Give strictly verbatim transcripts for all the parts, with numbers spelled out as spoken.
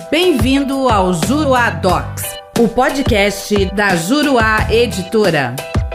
Bem-vindo ao Juruá Docs, o podcast da Juruá Editora.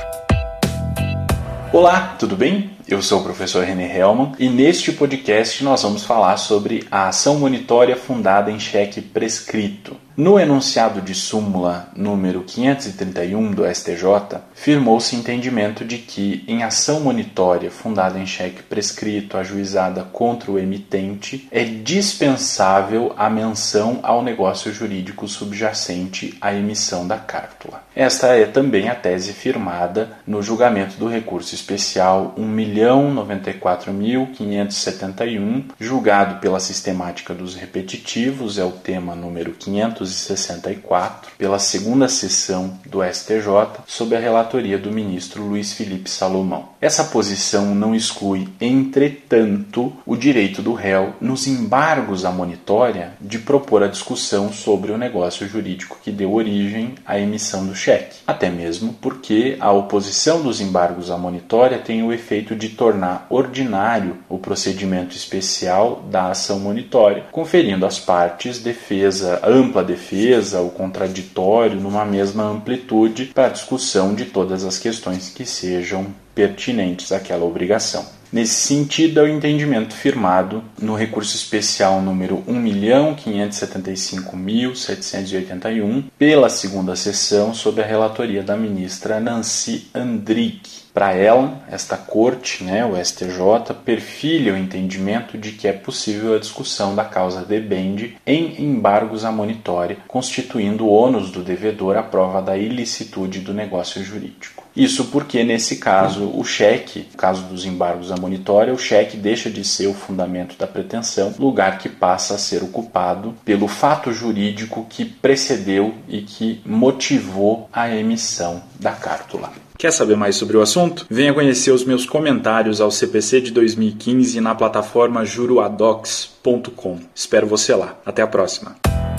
Olá, tudo bem? Eu sou o professor René Hellmann e neste podcast nós vamos falar sobre a ação monitória fundada em cheque prescrito. No enunciado de súmula número quinhentos e trinta e um do S T J, firmou-se entendimento de que, em ação monitória fundada em cheque prescrito ajuizada contra o emitente, é dispensável a menção ao negócio jurídico subjacente à emissão da cártula. Esta é também a tese firmada no julgamento do recurso especial um milhão noventa e quatro mil quinhentos e setenta e um, julgado pela sistemática dos repetitivos, é o tema número quinhentos e sessenta e quatro, pela segunda sessão do S T J, sob a relatoria do ministro Luiz Felipe Salomão. Essa posição não exclui, entretanto, o direito do réu, nos embargos à monitória, de propor a discussão sobre o negócio jurídico que deu origem à emissão do cheque. Até mesmo porque a oposição dos embargos à monitória tem o efeito de tornar ordinário o procedimento especial da ação monitória, conferindo às partes defesa, ampla defesa, o contraditório numa mesma amplitude para a discussão de todas as questões que sejam pertinentes àquela obrigação. Nesse sentido, é o entendimento firmado no recurso especial número um milhão quinhentos e setenta e cinco mil setecentos e oitenta e um, pela segunda sessão, sob a relatoria da ministra Nancy Andrighi. Para ela, esta corte, né, o S T J, perfilha o entendimento de que é possível a discussão da causa debende em embargos à monitória, constituindo o ônus do devedor a prova da ilicitude do negócio jurídico. Isso porque, nesse caso, o cheque, no caso dos embargos à monitória, o cheque deixa de ser o fundamento da pretensão, lugar que passa a ser ocupado pelo fato jurídico que precedeu e que motivou a emissão da cártula. Quer saber mais sobre o assunto? Venha conhecer os meus comentários ao C P C de dois mil e quinze na plataforma juruadocs ponto com. Espero você lá. Até a próxima.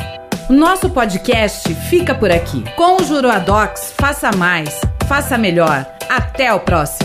O nosso podcast fica por aqui. Com o Juruá Docs, faça mais, faça melhor. Até o próximo.